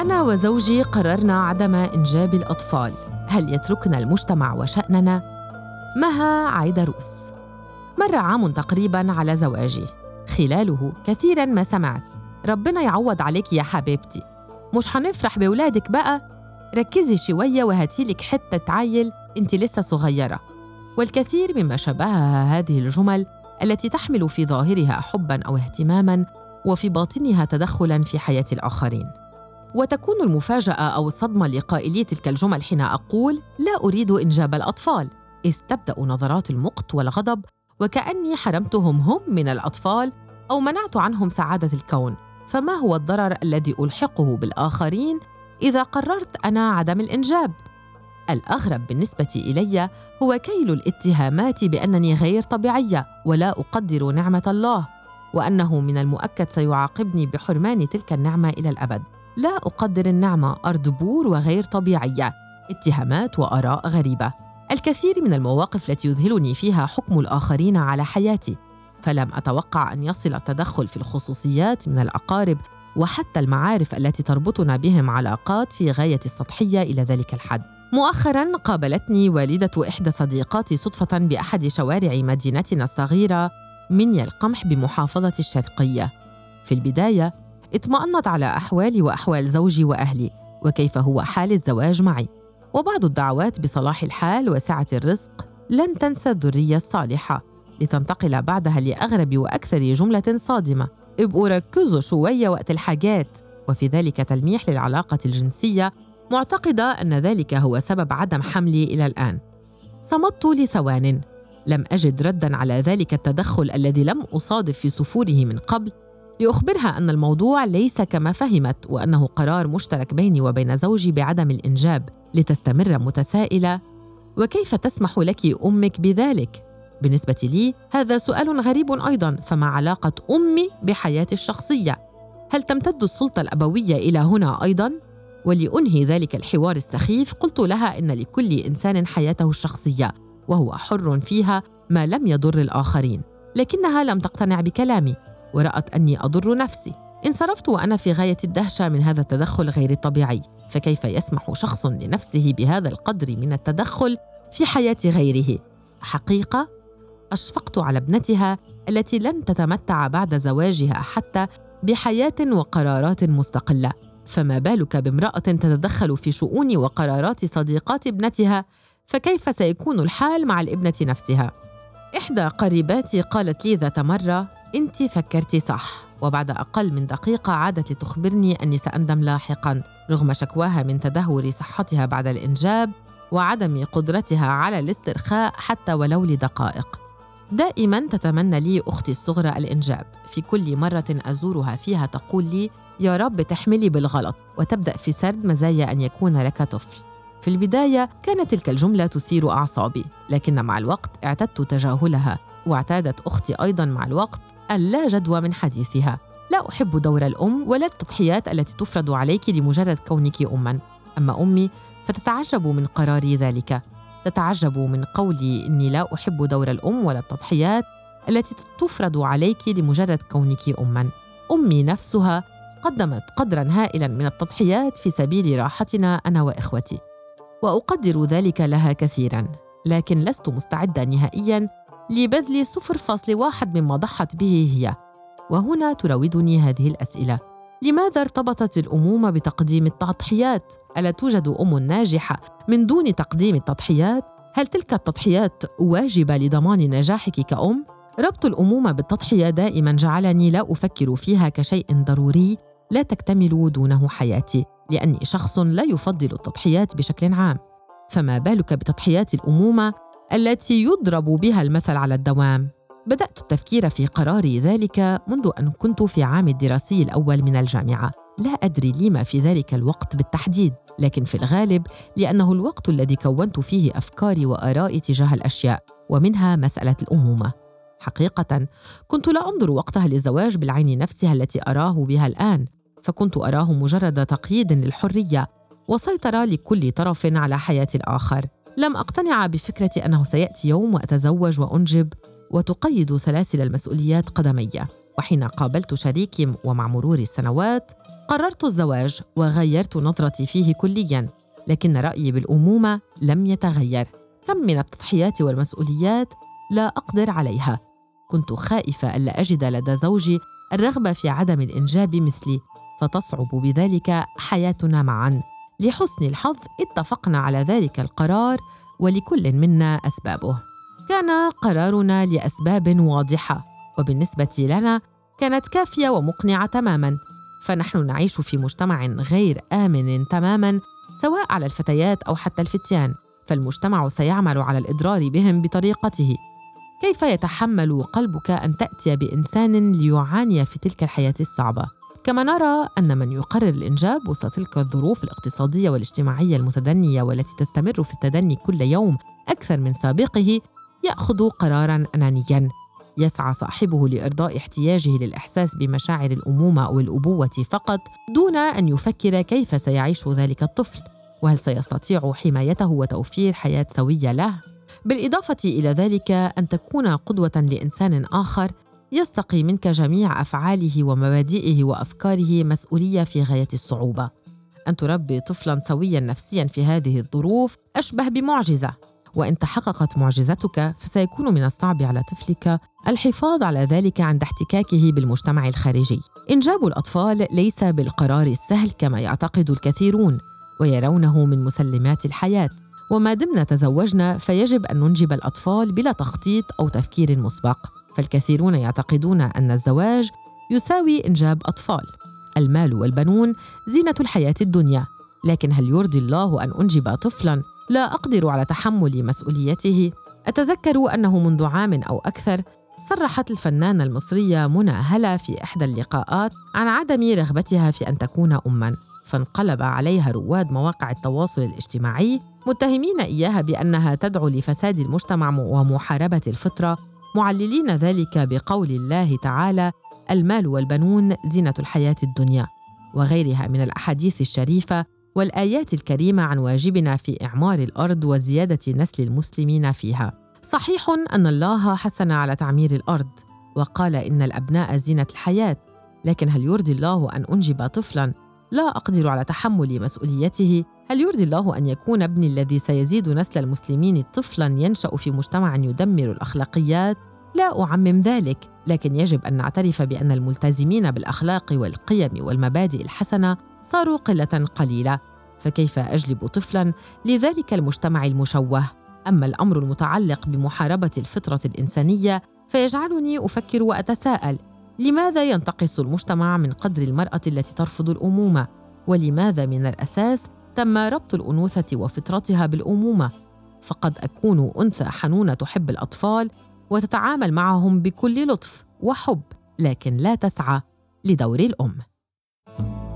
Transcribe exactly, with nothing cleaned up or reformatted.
أنا وزوجي قررنا عدم إنجاب الأطفال. هل يتركنا المجتمع وشأننا؟ مها عيدروس. مر عام تقريباً على زواجي، خلاله كثيراً ما سمعت: ربنا يعوض عليك يا حبيبتي، مش هنفرح بولادك بقى؟ ركزي شوية وهاتيلك حتة عيل، انت لسه صغيرة. والكثير مما شبهها هذه الجمل التي تحمل في ظاهرها حباً أو اهتماماً وفي باطنها تدخلاً في حياة الآخرين. وتكون المفاجأة أو الصدمة لقائلي تلك الجمل حين أقول لا أريد إنجاب الأطفال، إذ تبدأ نظرات المقت والغضب وكأني حرمتهم هم من الأطفال أو منعت عنهم سعادة الكون. فما هو الضرر الذي ألحقه بالآخرين إذا قررت أنا عدم الإنجاب؟ الأغرب بالنسبة إلي هو كيل الاتهامات بأنني غير طبيعية ولا أقدر نعمة الله، وأنه من المؤكد سيعاقبني بحرمان تلك النعمة إلى الأبد. لا أقدر النعمة، أرض بور وغير طبيعية، اتهامات وآراء غريبة. الكثير من المواقف التي يذهلني فيها حكم الآخرين على حياتي، فلم أتوقع أن يصل التدخل في الخصوصيات من الأقارب وحتى المعارف التي تربطنا بهم علاقات في غاية السطحية إلى ذلك الحد. مؤخراً قابلتني والدة إحدى صديقاتي صدفة بأحد شوارع مدينتنا الصغيرة منيا القمح بمحافظة الشرقية. في البداية اطمأنت على أحوالي وأحوال زوجي وأهلي وكيف هو حال الزواج معي، وبعض الدعوات بصلاح الحال وسعة الرزق، لن تنسى الذرية الصالحة، لتنتقل بعدها لأغرب وأكثر جملة صادمة: ابقوا ركزوا شوية وقت الحاجات، وفي ذلك تلميح للعلاقة الجنسية، معتقدة أن ذلك هو سبب عدم حملي إلى الآن. صمت لثوان، لم أجد رداً على ذلك التدخل الذي لم أصادف في سفوره من قبل، لأخبرها أن الموضوع ليس كما فهمت، وأنه قرار مشترك بيني وبين زوجي بعدم الإنجاب. لتستمر متسائلة: وكيف تسمح لك أمك بذلك؟ بالنسبة لي هذا سؤال غريب أيضاً، فما علاقة أمي بحياتي الشخصية؟ هل تمتد السلطة الأبوية إلى هنا أيضاً؟ ولأنهي ذلك الحوار السخيف قلت لها إن لكل إنسان حياته الشخصية وهو حر فيها ما لم يضر الآخرين، لكنها لم تقتنع بكلامي ورأت أني أضر نفسي. انصرفت وأنا في غاية الدهشة من هذا التدخل غير الطبيعي، فكيف يسمح شخص لنفسه بهذا القدر من التدخل في حياة غيره؟ حقيقة أشفقت على ابنتها التي لن تتمتع بعد زواجها حتى بحياة وقرارات مستقلة، فما بالك بامرأة تتدخل في شؤون وقرارات صديقات ابنتها؟ فكيف سيكون الحال مع الابنة نفسها؟ إحدى قريباتي قالت لي ذات مرة: أنت فكرتي صح. وبعد أقل من دقيقة عادت لتخبرني أني سأندم لاحقاً، رغم شكواها من تدهور صحتها بعد الإنجاب وعدم قدرتها على الاسترخاء حتى ولو لدقائق. دائماً تتمنى لي أختي الصغرى الإنجاب، في كل مرة أزورها فيها تقول لي: يا رب تحملي بالغلط، وتبدأ في سرد مزايا أن يكون لك طفل. في البداية كانت تلك الجملة تثير أعصابي، لكن مع الوقت اعتدت تجاهلها، واعتادت أختي أيضاً مع الوقت اللا جدوى من حديثها. لا أحب دور الأم ولا التضحيات التي تفرض عليك لمجرد كونك أماً. أما أمي فتتعجب من قراري ذلك، تتعجب من قولي إني لا أحب دور الأم ولا التضحيات التي تفرض عليك لمجرد كونك أماً. أمي نفسها قدمت قدراً هائلاً من التضحيات في سبيل راحتنا أنا وإخوتي، وأقدر ذلك لها كثيراً، لكن لست مستعدة نهائياً لبذل صفر فاصل واحد مما ضحت به هي. وهنا تراودني هذه الأسئلة: لماذا ارتبطت الأمومة بتقديم التضحيات؟ ألا توجد أم ناجحة من دون تقديم التضحيات؟ هل تلك التضحيات واجبة لضمان نجاحك كأم؟ ربط الأمومة بالتضحية دائماً جعلني لا أفكر فيها كشيء ضروري لا تكتمل دونه حياتي، لأني شخص لا يفضل التضحيات بشكل عام. فما بالك بتضحيات الأمومة التي يضرب بها المثل على الدوام؟ بدأت التفكير في قراري ذلك منذ أن كنت في عام الدراسي الأول من الجامعة. لا أدري لما في ذلك الوقت بالتحديد، لكن في الغالب لأنه الوقت الذي كونت فيه أفكاري وآرائي تجاه الأشياء، ومنها مسألة الأمومة. حقيقة كنت لا أنظر وقتها للزواج بالعين نفسها التي أراه بها الآن، فكنت أراه مجرد تقييد للحرية وسيطرة لكل طرف على حياة الآخر. لم أقتنع بفكرة أنه سيأتي يوم وأتزوج وأنجب وتقيد سلاسل المسؤوليات قدمي. وحين قابلت شريكي ومع مرور السنوات قررت الزواج وغيرت نظرتي فيه كلياً، لكن رأيي بالأمومة لم يتغير. كم من التضحيات والمسؤوليات لا أقدر عليها. كنت خائفة ألا أجد لدى زوجي الرغبة في عدم الإنجاب مثلي، فتصعب بذلك حياتنا معاً. لحسن الحظ اتفقنا على ذلك القرار، ولكل منا أسبابه. كان قرارنا لأسباب واضحة، وبالنسبة لنا كانت كافية ومقنعة تماماً، فنحن نعيش في مجتمع غير آمن تماماً، سواء على الفتيات أو حتى الفتيان، فالمجتمع سيعمل على الإضرار بهم بطريقته. كيف يتحمل قلبك أن تأتي بإنسان ليعاني في تلك الحياة الصعبة؟ كما نرى أن من يقرر الإنجاب وسط تلك الظروف الاقتصادية والاجتماعية المتدنية والتي تستمر في التدني كل يوم أكثر من سابقه، يأخذ قراراً أنانياً، يسعى صاحبه لإرضاء احتياجه للإحساس بمشاعر الأمومة أو الأبوة فقط، دون أن يفكر كيف سيعيش ذلك الطفل، وهل سيستطيع حمايته وتوفير حياة سوية له. بالإضافة إلى ذلك أن تكون قدوة لإنسان آخر يستقي منك جميع أفعاله ومبادئه وأفكاره مسؤولية في غاية الصعوبة. أن تربي طفلاً سوياً نفسياً في هذه الظروف أشبه بمعجزة، وإن تحققت معجزتك فسيكون من الصعب على طفلك الحفاظ على ذلك عند احتكاكه بالمجتمع الخارجي. إنجاب الأطفال ليس بالقرار السهل كما يعتقد الكثيرون، ويرونه من مسلمات الحياة، وما دمنا تزوجنا فيجب أن ننجب الأطفال بلا تخطيط أو تفكير مسبق. فالكثيرون يعتقدون أن الزواج يساوي إنجاب أطفال. المال والبنون زينة الحياة الدنيا، لكن هل يرضي الله أن أنجب طفلاً لا أقدر على تحمل مسؤوليته؟ أتذكر أنه منذ عام أو أكثر صرحت الفنانة المصرية منى هلا في إحدى اللقاءات عن عدم رغبتها في أن تكون أماً، فانقلب عليها رواد مواقع التواصل الاجتماعي متهمين إياها بأنها تدعو لفساد المجتمع ومحاربة الفطرة، معللين ذلك بقول الله تعالى: المال والبنون زينة الحياة الدنيا، وغيرها من الأحاديث الشريفة والآيات الكريمة عن واجبنا في إعمار الأرض وزيادة نسل المسلمين فيها. صحيح أن الله حثنا على تعمير الأرض وقال إن الأبناء زينة الحياة، لكن هل يرضي الله أن أنجب طفلاً لا أقدر على تحمل مسؤوليته؟ هل يرضي الله أن يكون ابني الذي سيزيد نسل المسلمين طفلاً ينشأ في مجتمع يدمر الأخلاقيات؟ لا أعمم ذلك، لكن يجب أن نعترف بأن الملتزمين بالأخلاق والقيم والمبادئ الحسنة صاروا قلة قليلة، فكيف أجلب طفلاً لذلك المجتمع المشوه؟ أما الأمر المتعلق بمحاربة الفطرة الإنسانية فيجعلني أفكر وأتساءل: لماذا ينتقص المجتمع من قدر المرأة التي ترفض الأمومة؟ ولماذا من الأساس تم ربط الأنوثة وفطرتها بالأمومة؟ فقد أكون أنثى حنونة تحب الأطفال وتتعامل معهم بكل لطف وحب، لكن لا تسعى لدور الأم.